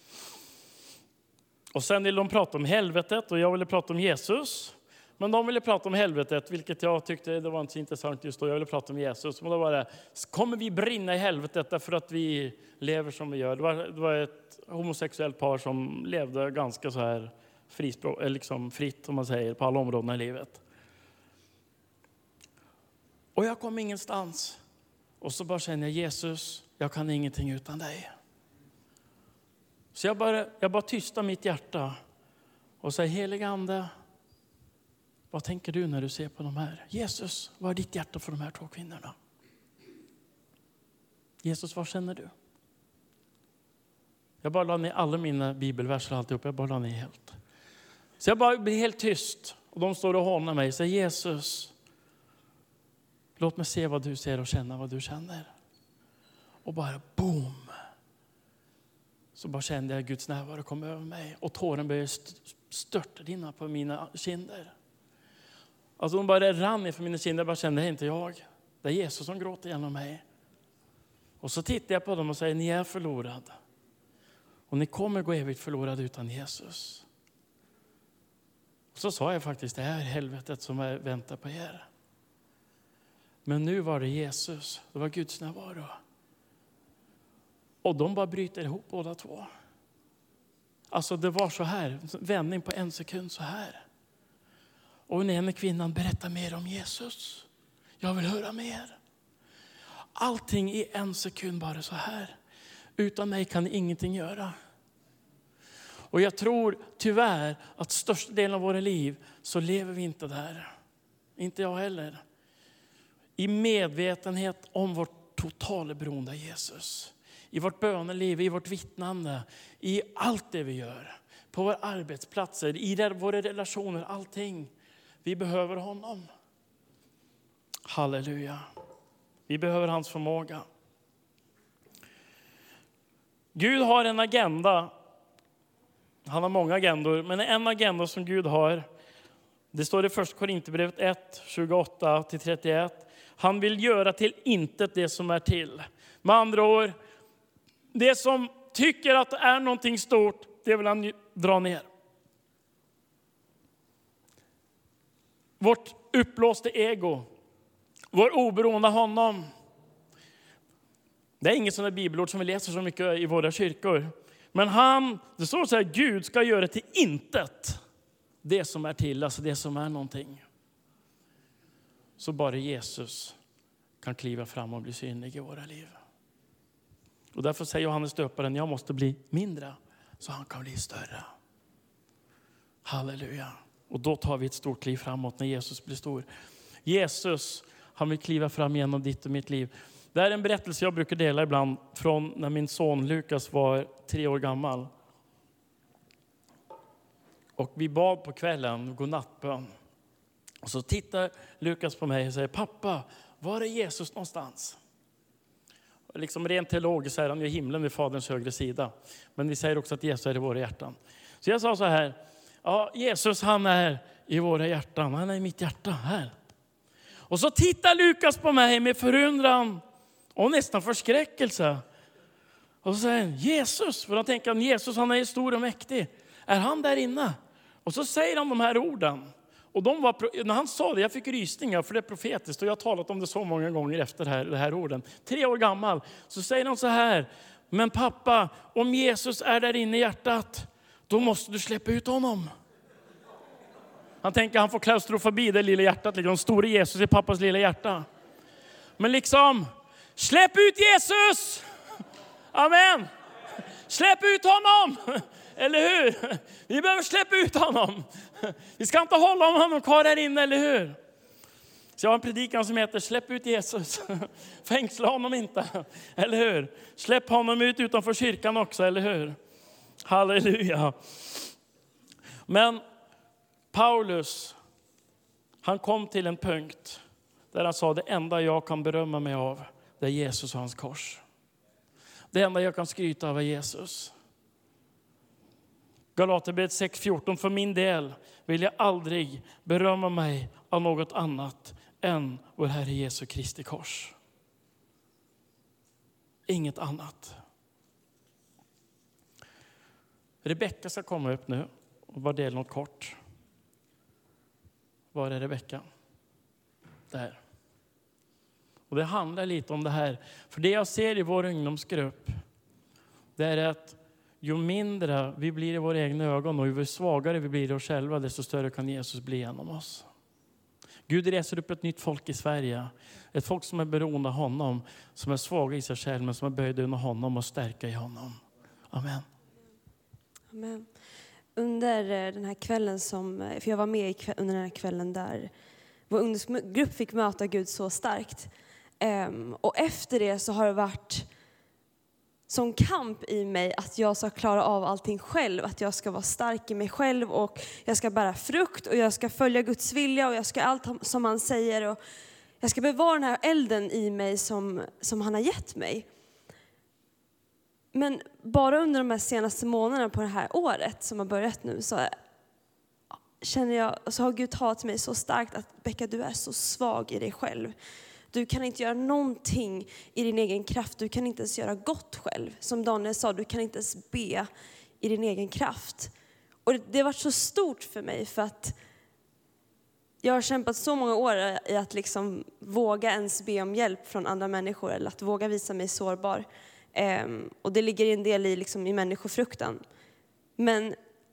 Och sen ville de prata om helvetet och jag ville prata om Jesus. Men de ville prata om helvetet, vilket jag tyckte det var inte så intressant just då. Jag ville prata om Jesus. Men då var det, kommer vi brinna i helvetet därför att vi lever som vi gör? Det var, det var ett homosexuellt par som levde ganska så här frispråk, liksom fritt, om man säger, på alla områden i livet. Och jag kom ingenstans. Och så bara känner jag, Jesus, jag kan ingenting utan dig. Så jag bara, jag bara tystar mitt hjärta och säger, helig ande, vad tänker du när du ser på de här? Jesus, vad är ditt hjärta för de här två kvinnorna? Jesus, vad känner du? Jag bara la ner alla mina bibelverser alltihop. Jag bara la ner helt. Så jag bara blir helt tyst. Och de står och hånar mig och säger, Jesus, låt mig se vad du ser och känna vad du känner. Och bara boom. Så bara kände jag Guds närvaro kom över mig. Och tåren började störtrinna på mina kinder. Alltså de bara rann för mina kinder. Jag bara kände, det är inte jag. Det är Jesus som gråter genom mig. Och så tittar jag på dem och säger, ni är förlorade. Och ni kommer gå evigt förlorade utan Jesus. Och så sa jag faktiskt, det här är helvetet som väntar på er. Men nu var det Jesus. Det var Guds närvaro. Och de bara bryter ihop båda två. Alltså det var så här. Vändning på en sekund så här. Och den ena kvinnan berättar mer om Jesus. Jag vill höra mer. Allting i en sekund bara så här. Utan mig kan ni ingenting göra. Och jag tror tyvärr att största delen av våra liv så lever vi inte där. Inte jag heller. I medvetenhet om vårt totala beroende av Jesus. I vårt böneliv, i vårt vittnande. I allt det vi gör. På våra arbetsplatser, i våra relationer, allting. Vi behöver honom. Halleluja. Vi behöver hans förmåga. Gud har en agenda. Han har många agendor. Men en agenda som Gud har. Det står i första Korinthierbrevet ett, tjugoåtta till trettioett. Han vill göra till intet det som är till. Med andra ord. Det som tycker att det är någonting stort. Det vill han dra ner. Vårt uppblåste ego. Vår oberoende av honom. Det är inget sådant bibelord som vi läser så mycket i våra kyrkor. Men han, det står så här, Gud ska göra till intet det som är till, alltså det som är någonting. Så bara Jesus kan kliva fram och bli synlig i våra liv. Och därför säger Johannes döparen, jag måste bli mindre så han kan bli större. Halleluja. Och då tar vi ett stort kliv framåt när Jesus blir stor. Jesus, han vill kliva fram genom ditt och mitt liv. Det är en berättelse jag brukar dela ibland från när min son Lukas var tre år gammal. Och vi bad på kvällen, godnattbön. Och så tittar Lukas på mig och säger, pappa, var är Jesus någonstans? Och liksom rent teologiskt säger han ju himlen vid faderns högre sida. Men vi säger också att Jesus är i våra hjärtan. Så jag sa så här, ja, Jesus han är i våra hjärtan, han är i mitt hjärta här. Och så tittar Lukas på mig med förundran Och nästan förskräckelse. Och så säger han, Jesus. För de tänker att Jesus, han är stor och mäktig. Är han där inne? Och så säger han de här orden. Och de var, när han sa det, jag fick rysningar för det är profetiskt. Och jag har talat om det så många gånger efter det här, det här orden. Tre år gammal. Så säger han så här. Men pappa, om Jesus är där inne i hjärtat, då måste du släppa ut honom. Han tänker att han får klaustrofobi, det lilla hjärtat. Liksom, store Jesus i pappas lilla hjärta. Men liksom, släpp ut Jesus! Amen! Släpp ut honom! Eller hur? Vi behöver släppa ut honom. Vi ska inte hålla honom kvar här inne, eller hur? Så jag har en predikan som heter släpp ut Jesus. Fängsla honom inte, eller hur? Släpp honom ut utanför kyrkan också, eller hur? Halleluja. Men Paulus, han kom till en punkt där han sa det enda jag kan berömma mig av, det är Jesus och hans kors. Det enda jag kan skryta av är Jesus. Galaterbrevet sex fjorton, för min del vill jag aldrig berömma mig av något annat än vår Herre Jesu Kristi kors. Inget annat. Rebecka ska komma upp nu och bara dela något kort. Var är Rebecka? Där. Och det handlar lite om det här. För det jag ser i vår ungdomsgrupp, det är att ju mindre vi blir i våra egna ögon och ju svagare vi blir i oss själva, desto större kan Jesus bli genom oss. Gud reser upp ett nytt folk i Sverige. Ett folk som är beroende av honom, som är svaga i sig själv, men som är böjda under honom och stärka i honom. Amen. Amen. Under den här kvällen som, för jag var med under den här kvällen där vår ungdomsgrupp fick möta Gud så starkt. Och efter det så har det varit som kamp i mig att jag ska klara av allting själv. Att jag ska vara stark i mig själv och jag ska bära frukt och jag ska följa Guds vilja och jag ska allt som han säger. Och jag ska bevara den här elden i mig som, som han har gett mig. Men bara under de här senaste månaderna på det här året som har börjat nu så känner jag, så har Gud talat till mig så starkt att Becka, du är så svag i dig själv. Du kan inte göra någonting i din egen kraft. Du kan inte ens göra gott själv. Som Daniel sa, du kan inte ens be i din egen kraft. Och det, det har varit så stort för mig för att jag har kämpat så många år i att liksom våga ens be om hjälp från andra människor. Eller att våga visa mig sårbar. Um, och det ligger en del i, liksom, i människofruktan. Men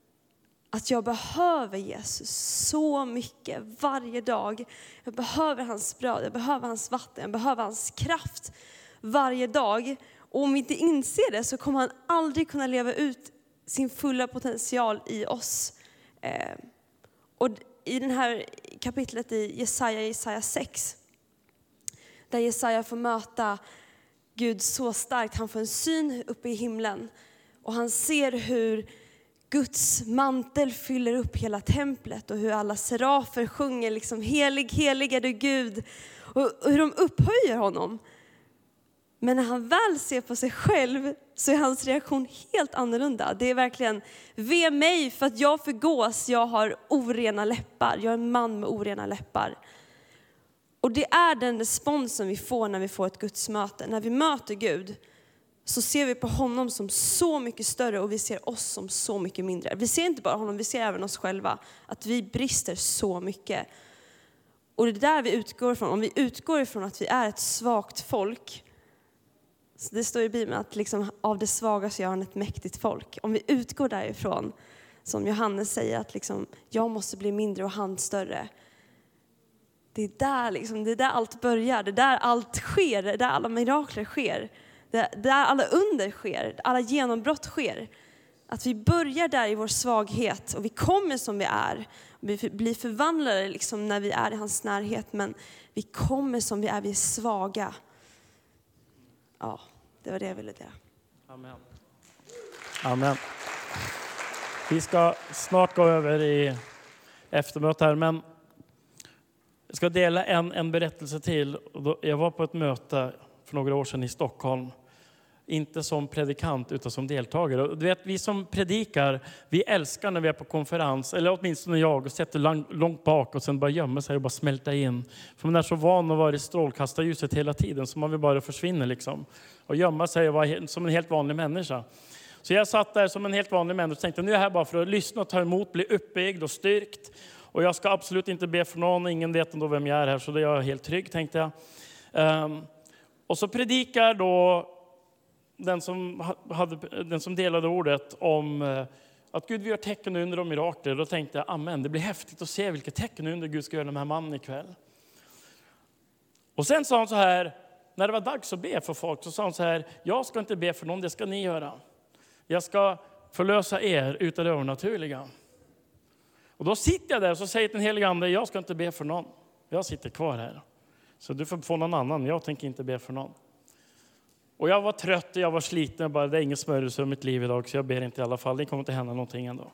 att jag behöver Jesus så mycket varje dag. Jag behöver hans bröd, jag behöver hans vatten, jag behöver hans kraft varje dag. Och om vi inte inser det så kommer han aldrig kunna leva ut sin fulla potential i oss. Eh, och i den här kapitlet i Jesaja, Jesaja sex, där Jesaja får möta Gud så starkt. Han får en syn uppe i himlen och han ser hur Guds mantel fyller upp hela templet och hur alla serafer sjunger liksom helig, helig är du Gud, och hur de upphöjer honom. Men när han väl ser på sig själv så är hans reaktion helt annorlunda. Det är verkligen, ve mig för att jag förgås, jag har orena läppar, jag är en man med orena läppar. Och det är den respons som vi får när vi får ett Guds möte. När vi möter Gud så ser vi på honom som så mycket större och vi ser oss som så mycket mindre. Vi ser inte bara honom, vi ser även oss själva. Att vi brister så mycket. Och det är där vi utgår ifrån. Om vi utgår ifrån att vi är ett svagt folk. Så det står i Bibeln att liksom, av det svaga så gör han ett mäktigt folk. Om vi utgår därifrån, som Johannes säger, att liksom, jag måste bli mindre och han större. Det är där, liksom, det är där allt börjar, det är där allt sker, det är där alla mirakler sker. Det är där alla under sker, alla genombrott sker. Att vi börjar där i vår svaghet och vi kommer som vi är. Vi blir förvandlade liksom när vi är i hans närhet, men vi kommer som vi är, vi är svaga. Ja, det var det jag ville säga. Amen. Amen. Vi ska snart gå över i eftermötet här, men jag ska dela en, en berättelse till. Jag var på ett möte för några år sedan i Stockholm Inte som predikant utan som deltagare. Och du vet, vi som predikar, vi älskar när vi är på konferens, eller åtminstone jag, och sätter lång, långt bak och sen bara gömmer sig och bara smälta in. För man är så van att vara i strålkastarljuset hela tiden så man vill bara försvinna liksom. Och gömma sig och vara som en helt vanlig människa. Så jag satt där som en helt vanlig människa och tänkte, nu är jag här bara för att lyssna och ta emot, bli uppbyggd och styrkt. Och jag ska absolut inte be för någon, ingen vet ändå vem jag är här, så det är jag helt trygg, tänkte jag. Um, och så predikar då den som, hade, den som delade ordet om uh, att Gud vi gör tecken under och mirakler. Då tänkte jag, amen, det blir häftigt att se vilka tecken under Gud ska göra den här mannen ikväll. Och sen sa han så här, när det var dags att be för folk, så sa han så här, jag ska inte be för någon, det ska ni göra. Jag ska förlösa er utav det övernaturliga. Och då sitter jag där och så säger den helige ande, jag ska inte be för någon. Jag sitter kvar här. Så du får få någon annan, jag tänker inte be för någon. Och jag var trött och jag var sliten. Bara, det är ingen smörjelse i mitt liv idag så jag ber inte i alla fall. Det kommer inte hända någonting ändå.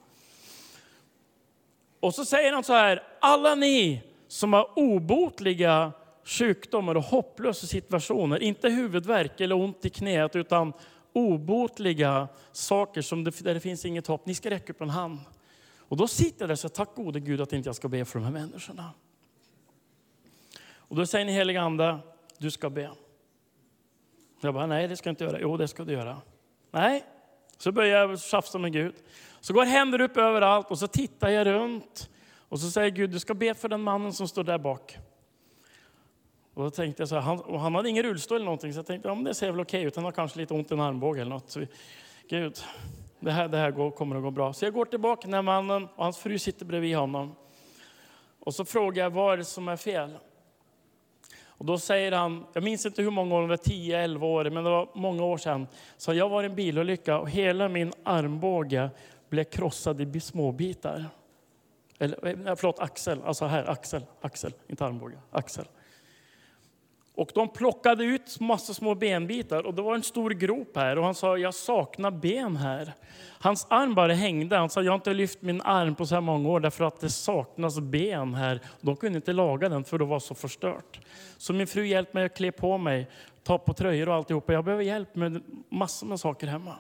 Och så säger han så här, alla ni som har obotliga sjukdomar och hopplösa situationer. Inte huvudvärk eller ont i knät utan obotliga saker som det, där det finns inget hopp. Ni ska räcka upp en hand. Och då sitter jag där så tack gode Gud att inte jag ska be för de här människorna. Och då säger ni heliga ande, du ska be. Jag bara, nej det ska jag inte göra. Jo det ska du göra. Nej. Så börjar jag tjafsa med Gud. Så går händer upp överallt och så tittar jag runt. Och så säger Gud, du ska be för den mannen som står där bak. Och då tänkte jag så här, han, och han hade ingen rullstol eller någonting. Så jag tänkte, ja men det ser väl okej ut. Han har kanske lite ont i en armbåge eller något. Så Gud, det här, det här går, kommer att gå bra. Så jag går tillbaka till den här mannen och hans fru sitter bredvid honom. Och så frågar jag, vad är det som är fel? Och då säger han, jag minns inte hur många år, det var tio elva år, men det var många år sedan. Så jag var i en bilolycka och hela min armbåge blev krossad i små bitar. Eller, förlåt, axel, alltså här, axel, axel, inte armbåge, axel. Och de plockade ut massa små benbitar och det var en stor grop här. Och han sa, jag saknar ben här. Hans arm bara hängde. Han sa, jag har inte lyft min arm på så här många år därför att det saknas ben här. De kunde inte laga den för det var så förstört. Så min fru hjälpte mig att klä på mig, ta på tröjor och alltihopa. Jag behöver hjälp med massor med saker hemma.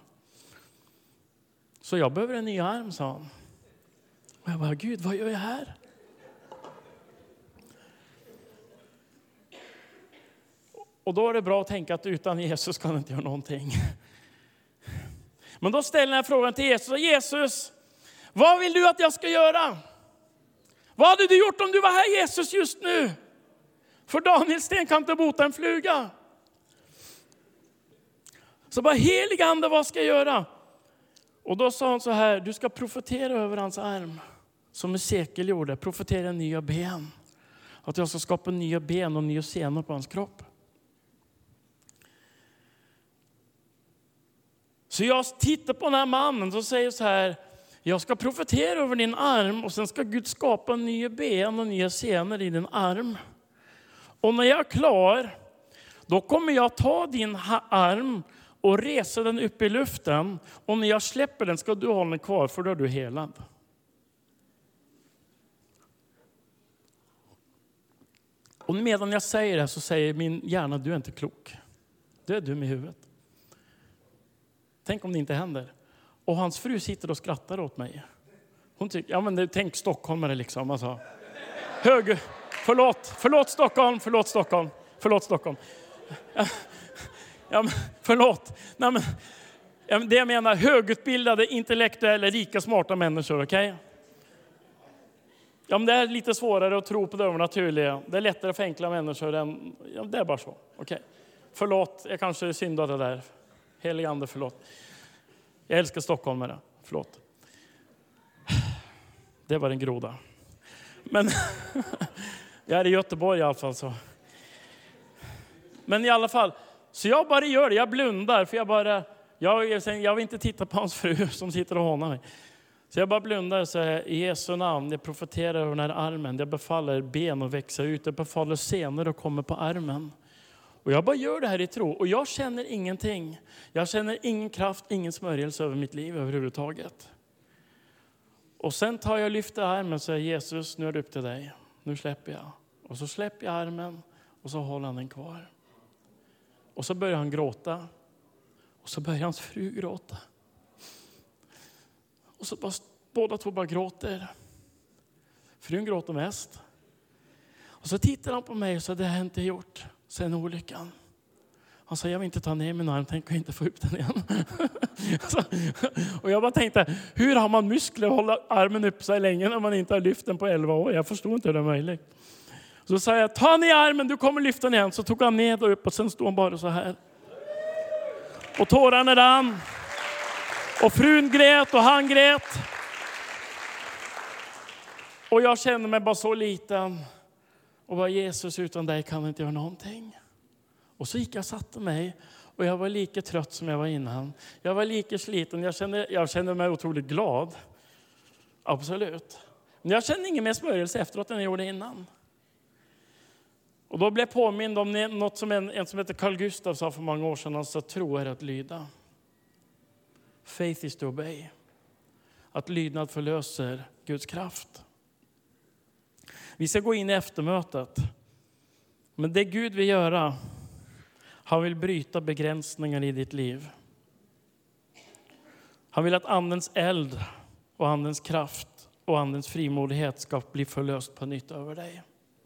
Så jag behöver en ny arm, sa han. Och jag bara, Gud, vad gör jag här? Och då är det bra att tänka att utan Jesus kan inte göra någonting. Men då ställer jag frågan till Jesus. Jesus, vad vill du att jag ska göra? Vad hade du gjort om du var här Jesus just nu? För Daniel Sten kan inte bota en fluga. Så bara, helig ande, vad ska jag göra? Och då sa han så här, du ska profetera över hans arm. Som Esekiel gjorde, profetera nya ben. Att jag ska skapa nya ben och nya senor på hans kropp. Så jag tittar på den här mannen och säger så här, jag ska profetera över din arm och sen ska Gud skapa nya ben och nya senor i din arm. Och när jag är klar, då kommer jag ta din arm och resa den upp i luften. Och när jag släpper den ska du hålla den kvar för då är du helad. Och medan jag säger det så säger min hjärna, du är inte klok. Du är dum i huvudet. Tänk om det inte händer. Och hans fru sitter och skrattar åt mig. Hon tycker, ja men det, tänk stockholmare liksom. Alltså. Hög, förlåt, förlåt Stockholm, förlåt Stockholm, förlåt Stockholm. Ja, men, förlåt. Nej, men, det jag menar, högutbildade, intellektuella, rika, smarta människor, okej? Okay? Ja, men det är lite svårare att tro på det övernaturliga. Det är lättare för enkla människor än, ja, det är bara så, okej? Okay? Förlåt, jag kanske syndade där. Helig ande, förlåt. Jag älskar stockholmare. Förlåt. Det var en groda. Men jag är i Göteborg i alla fall. Så. Men i alla fall. Så jag bara gör det. Jag blundar. För jag bara. Jag, jag vill inte titta på hans fru som sitter och hånar mig. Så jag bara blundar och säger. I Jesu namn. Jag profeterar över den här armen. Jag befaller ben att växa ut. Jag befaller senor att komma på armen. Och jag bara gör det här i tro. Och jag känner ingenting. Jag känner ingen kraft, ingen smörjelse över mitt liv överhuvudtaget. Och sen tar jag och lyfter armen och säger Jesus, nu är det upp till dig. Nu släpper jag. Och så släpper jag armen och så håller han den kvar. Och så börjar han gråta. Och Och så börjar hans fru gråta. Och så bara, båda två bara gråter. Frun gråter mest. Och så tittar han på mig och sa, det har jag inte gjort sen olyckan. Han sa, jag vill inte ta ner min arm, tänker inte få upp den igen. Och jag bara tänkte, hur har man muskler att hålla armen upp så länge när man inte har lyft den på elva år? Jag förstod inte hur det är möjligt. Så sa jag, ta ner armen, du kommer lyfta den igen. Så tog han ner och upp och sen stod han bara så här. Och tårarna rann. Och frun grät och han grät. Och jag kände mig bara så liten. Och bara, Jesus, utan dig kan jag inte göra någonting. Och så gick jag och satte mig. Och jag var lika trött som jag var innan. Jag var lika sliten. Jag kände, jag kände mig otroligt glad. Absolut. Men jag kände ingen mer smörjelse efteråt än jag gjorde innan. Och då blev jag påmind om något som en, en som heter Carl Gustav sa för många år sedan. Han sa, tro är att lyda. Faith is to obey. Att lydnad förlöser Guds kraft. Vi ska gå in i eftermötet. Men det Gud vill göra, han vill bryta begränsningar i ditt liv. Han vill att andens eld och andens kraft och andens frimodighet ska bli förlöst på nytt över dig.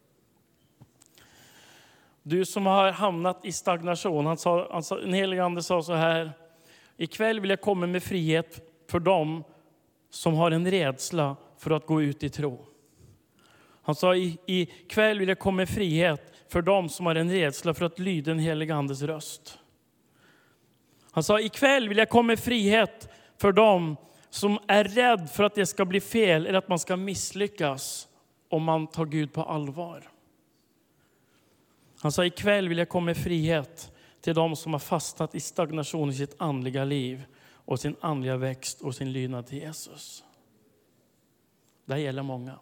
Du som har hamnat i stagnation, han sa, han sa, en helig ande sa så här, ikväll vill jag komma med frihet för dem som har en rädsla för att gå ut i tro. Han sa, i, i kväll vill jag komma med frihet för dem som har en rädsla för att lyda en helig andes röst. Han sa, ikväll vill jag komma med frihet för dem som är rädd för att det ska bli fel eller att man ska misslyckas om man tar Gud på allvar. Han sa, ikväll vill jag komma med frihet till dem som har fastnat i stagnation i sitt andliga liv och sin andliga växt och sin lydnad till Jesus. Det gäller många.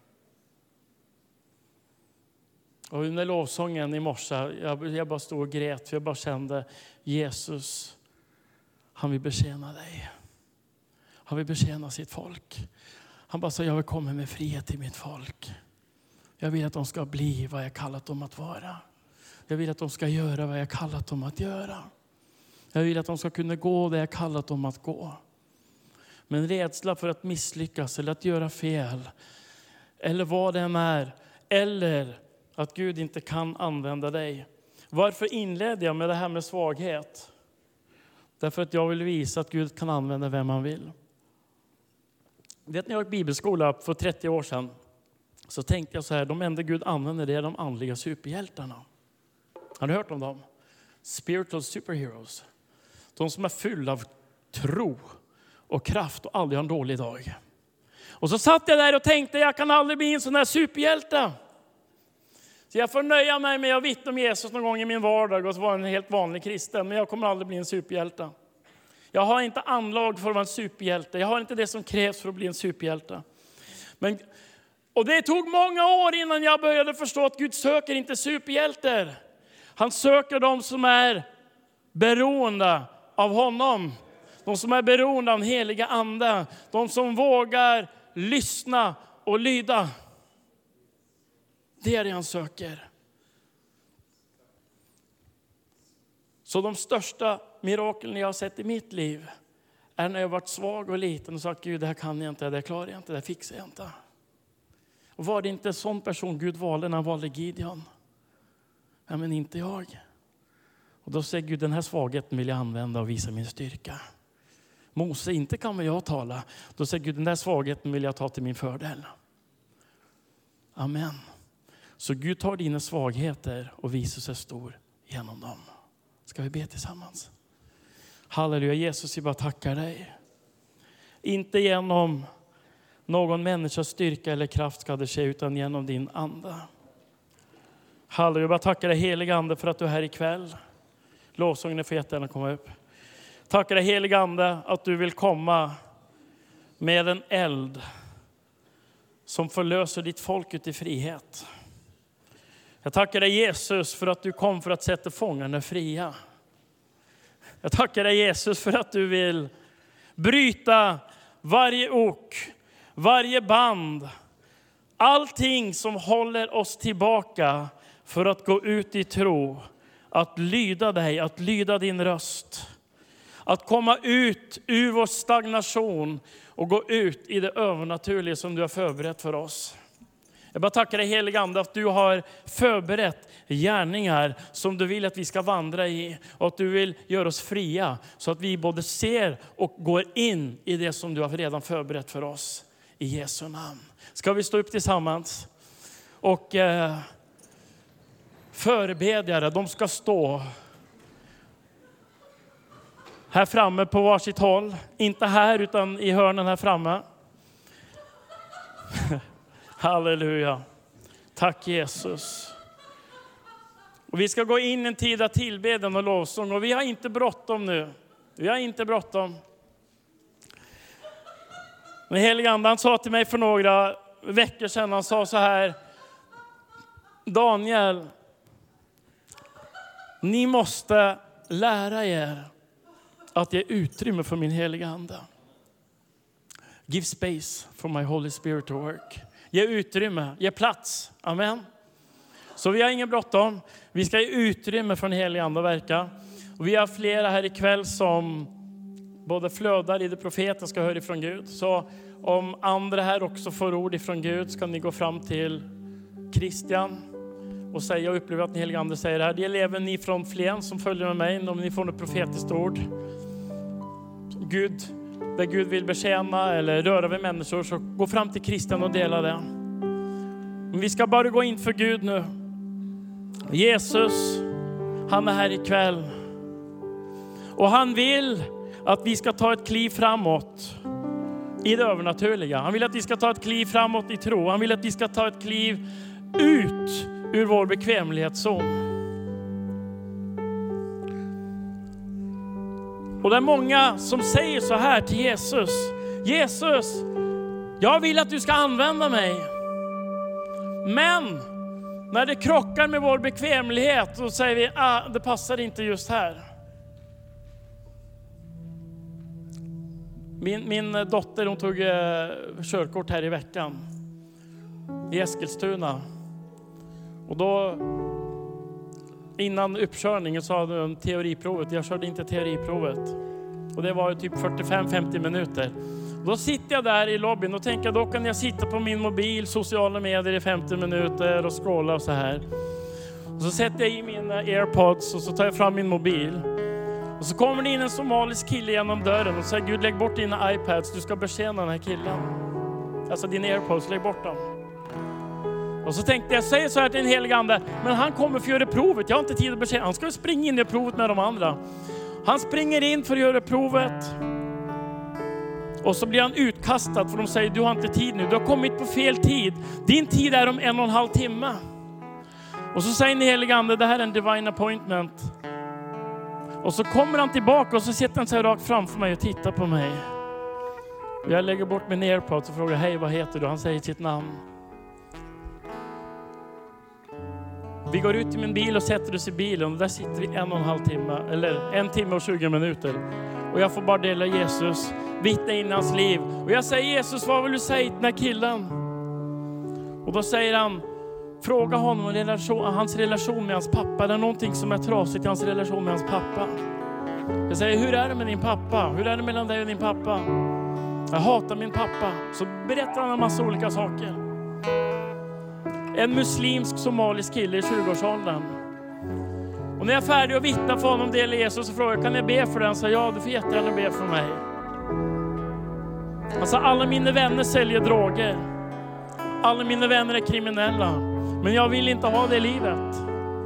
Och under lovsången i morse, jag, jag bara stod och grät för jag bara kände, Jesus, han vill betjäna dig. Han vill betjäna sitt folk. Han bara sa, jag vill komma med frihet till mitt folk. Jag vill att de ska bli vad jag kallat dem att vara. Jag vill att de ska göra vad jag kallat dem att göra. Jag vill att de ska kunna gå där jag kallat dem att gå. Men rädsla för att misslyckas eller att göra fel. Eller vad det än är. Eller att Gud inte kan använda dig. Varför inledde jag med det här med svaghet? Därför att jag vill visa att Gud kan använda vem han vill. Vet ni, jag gick bibelskola för trettio år sedan. Så tänkte jag så här, de enda Gud använder det är de andliga superhjältarna. Har du hört om dem? Spiritual superheroes. De som är fulla av tro och kraft och aldrig har en dålig dag. Och så satt jag där och tänkte, jag kan aldrig bli en sån här superhjälte. Så jag får nöja mig med att vittna om Jesus någon gång i min vardag och så vara en helt vanlig kristen. Men jag kommer aldrig bli en superhjälte. Jag har inte anlag för att vara en superhjälte. Jag har inte det som krävs för att bli en superhjälte. Men, och det tog många år innan jag började förstå att Gud söker inte superhjältar. Han söker de som är beroende av honom. De som är beroende av den heliga ande. De som vågar lyssna och lyda. Det är det han söker. Så de största miraklen jag har sett i mitt liv är när jag varit svag och liten och sagt, Gud, det här kan jag inte, det klarar jag inte, det fixar jag inte. Och var det inte en sån person Gud valde när han valde Gideon? Ja, men inte jag. Och då säger Gud, den här svagheten vill jag använda och visa min styrka. Mose, inte kan väl jag tala. Då säger Gud, den här svagheten vill jag ta till min fördel. Amen. Så Gud tar dina svagheter och visar sig stor genom dem. Ska vi be tillsammans? Halleluja, Jesus, jag bara tackar dig. Inte genom någon människas styrka eller kraft ska det ske, utan genom din ande. Halleluja, jag bara tackar dig heliga ande för att du är här ikväll. Lovsången får jättegärna komma upp. Tackar dig heliga ande att du vill komma med en eld som förlöser ditt folk ut i frihet. Jag tackar dig Jesus för att du kom för att sätta fångarna fria. Jag tackar dig Jesus för att du vill bryta varje ok, varje band. Allting som håller oss tillbaka för att gå ut i tro. Att lyda dig, att lyda din röst. Att komma ut ur vår stagnation och gå ut i det övernaturliga som du har förberett för oss. Jag bara tackar dig helige Ande att du har förberett gärningar som du vill att vi ska vandra i. Och att du vill göra oss fria så att vi både ser och går in i det som du har redan förberett för oss. I Jesu namn. Ska vi stå upp tillsammans? Och eh, förebedjare, de ska stå här framme på varsitt håll. Inte här utan i hörnen här framme. Halleluja. Tack Jesus. Och vi ska gå in en tid av tillbedjan och lovsång. Och vi har inte bråttom nu. Vi har inte bråttom. Men helige Ande, han sa till mig för några veckor sedan. Han sa så här. Daniel. Ni måste lära er att ge utrymme för min heliga Ande. Give space for my Holy Spirit to work. Ge utrymme, ge plats. Amen. Så vi har ingen bråttom. Vi ska ge utrymme för den heliga Ande att verka. Och vi har flera här ikväll som både flödar i det profeten ska höra ifrån Gud. Så om andra här också får ord ifrån Gud ska ni gå fram till Christian och säga, jag upplever att den heliga Ande säger det här. Det är även ni från Flen som följer med mig om ni får något profetiskt ord. Gud, där Gud vill betjäna eller röra vid människor, så gå fram till Christian och dela det. Men vi ska bara gå in för Gud nu. Jesus, han är här ikväll. Och han vill att vi ska ta ett kliv framåt i det övernaturliga. Han vill att vi ska ta ett kliv framåt i tro. Han vill att vi ska ta ett kliv ut ur vår bekvämlighetszon. Och det är många som säger så här till Jesus. Jesus, jag vill att du ska använda mig. Men när det krockar med vår bekvämlighet så säger vi, ah, det passar inte just här. Min, min dotter, hon tog eh, körkort här i veckan. I Eskilstuna. Och då, innan uppkörningen så hade hon teoriprovet. Jag körde inte teoriprovet. Och det var typ fyrtiofem till femtio minuter. Då sitter jag där i lobbyn och tänker, då kan jag sitta på min mobil, sociala medier i femtio minuter och scrolla och så här. Och så sätter jag i mina AirPods och så tar jag fram min mobil. Och så kommer det in en somalisk kille genom dörren och säger, Gud, lägg bort dina iPads, du ska betjäna den här killen. Alltså dina AirPods, lägg bort dem. Och så tänkte jag, säger så här till en helig ande, men han kommer för att göra provet, jag har inte tid att betjäna. Han ska springa in i provet med de andra. Han springer in för att göra provet. Och så blir han utkastad för de säger, du har inte tid nu, du har kommit på fel tid. Din tid är om en och en halv timme. Och så säger ni helig ande, det här är en divine appointment. Och så kommer han tillbaka och så sitter han sig rakt framför mig och tittar på mig. Och jag lägger bort min AirPods och frågar, hej, vad heter du? Han säger sitt namn. Vi går ut i min bil och sätter oss i bilen och där sitter vi en och en halv timme, eller en timme och tjugo minuter. Och jag får bara dela Jesus, vittna in i hans liv. Och jag säger, Jesus, vad vill du säga till den här killen? Och då säger han, fråga honom om relation, hans relation med hans pappa. Det är någonting som är trasigt i hans relation med hans pappa. Jag säger, hur är det med din pappa? Hur är det mellan dig och din pappa? Jag hatar min pappa. Så berättar han en massa olika saker. En muslimsk somalisk kille i tjugoårsåldern. Och när jag är färdig att vittna för honom del i Jesus så frågar jag, kan jag be för det? Han säger, ja, du får jättegärna be för mig. Han sa, alla mina vänner säljer droger. Alla mina vänner är kriminella. Men jag vill inte ha det livet.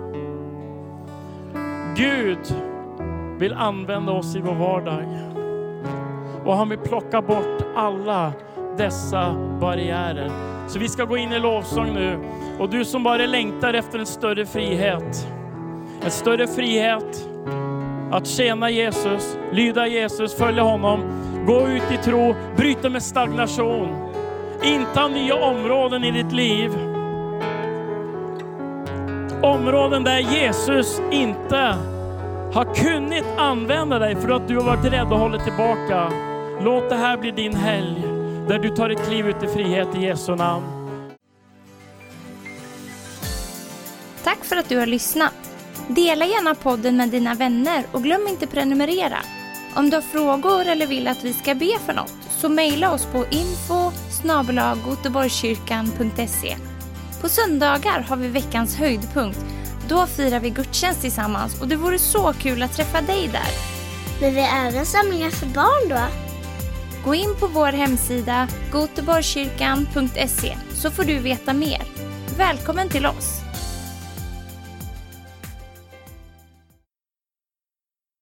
Gud vill använda oss i vår vardag. Och han vill plocka bort alla dessa barriärer. Så vi ska gå in i lovsång nu. Och du som bara längtar efter en större frihet. En större frihet att tjäna Jesus, lyda Jesus, följa honom. Gå ut i tro, bryta med stagnation. Inta nya områden i ditt liv. Områden där Jesus inte har kunnat använda dig för att du har varit rädd och hållit tillbaka. Låt det här bli din helg där du tar ett kliv ut i frihet i Jesu namn. Tack för att du har lyssnat. Dela gärna podden med dina vänner och glöm inte prenumerera. Om du har frågor eller vill att vi ska be för något så mejla oss på info snabel-a goteborgskyrkan punkt se. På söndagar har vi veckans höjdpunkt. Då firar vi gudstjänst tillsammans och det vore så kul att träffa dig där. Men vi har även samlingar för barn då? Gå in på vår hemsida goteborgskyrkan punkt se så får du veta mer. Välkommen till oss!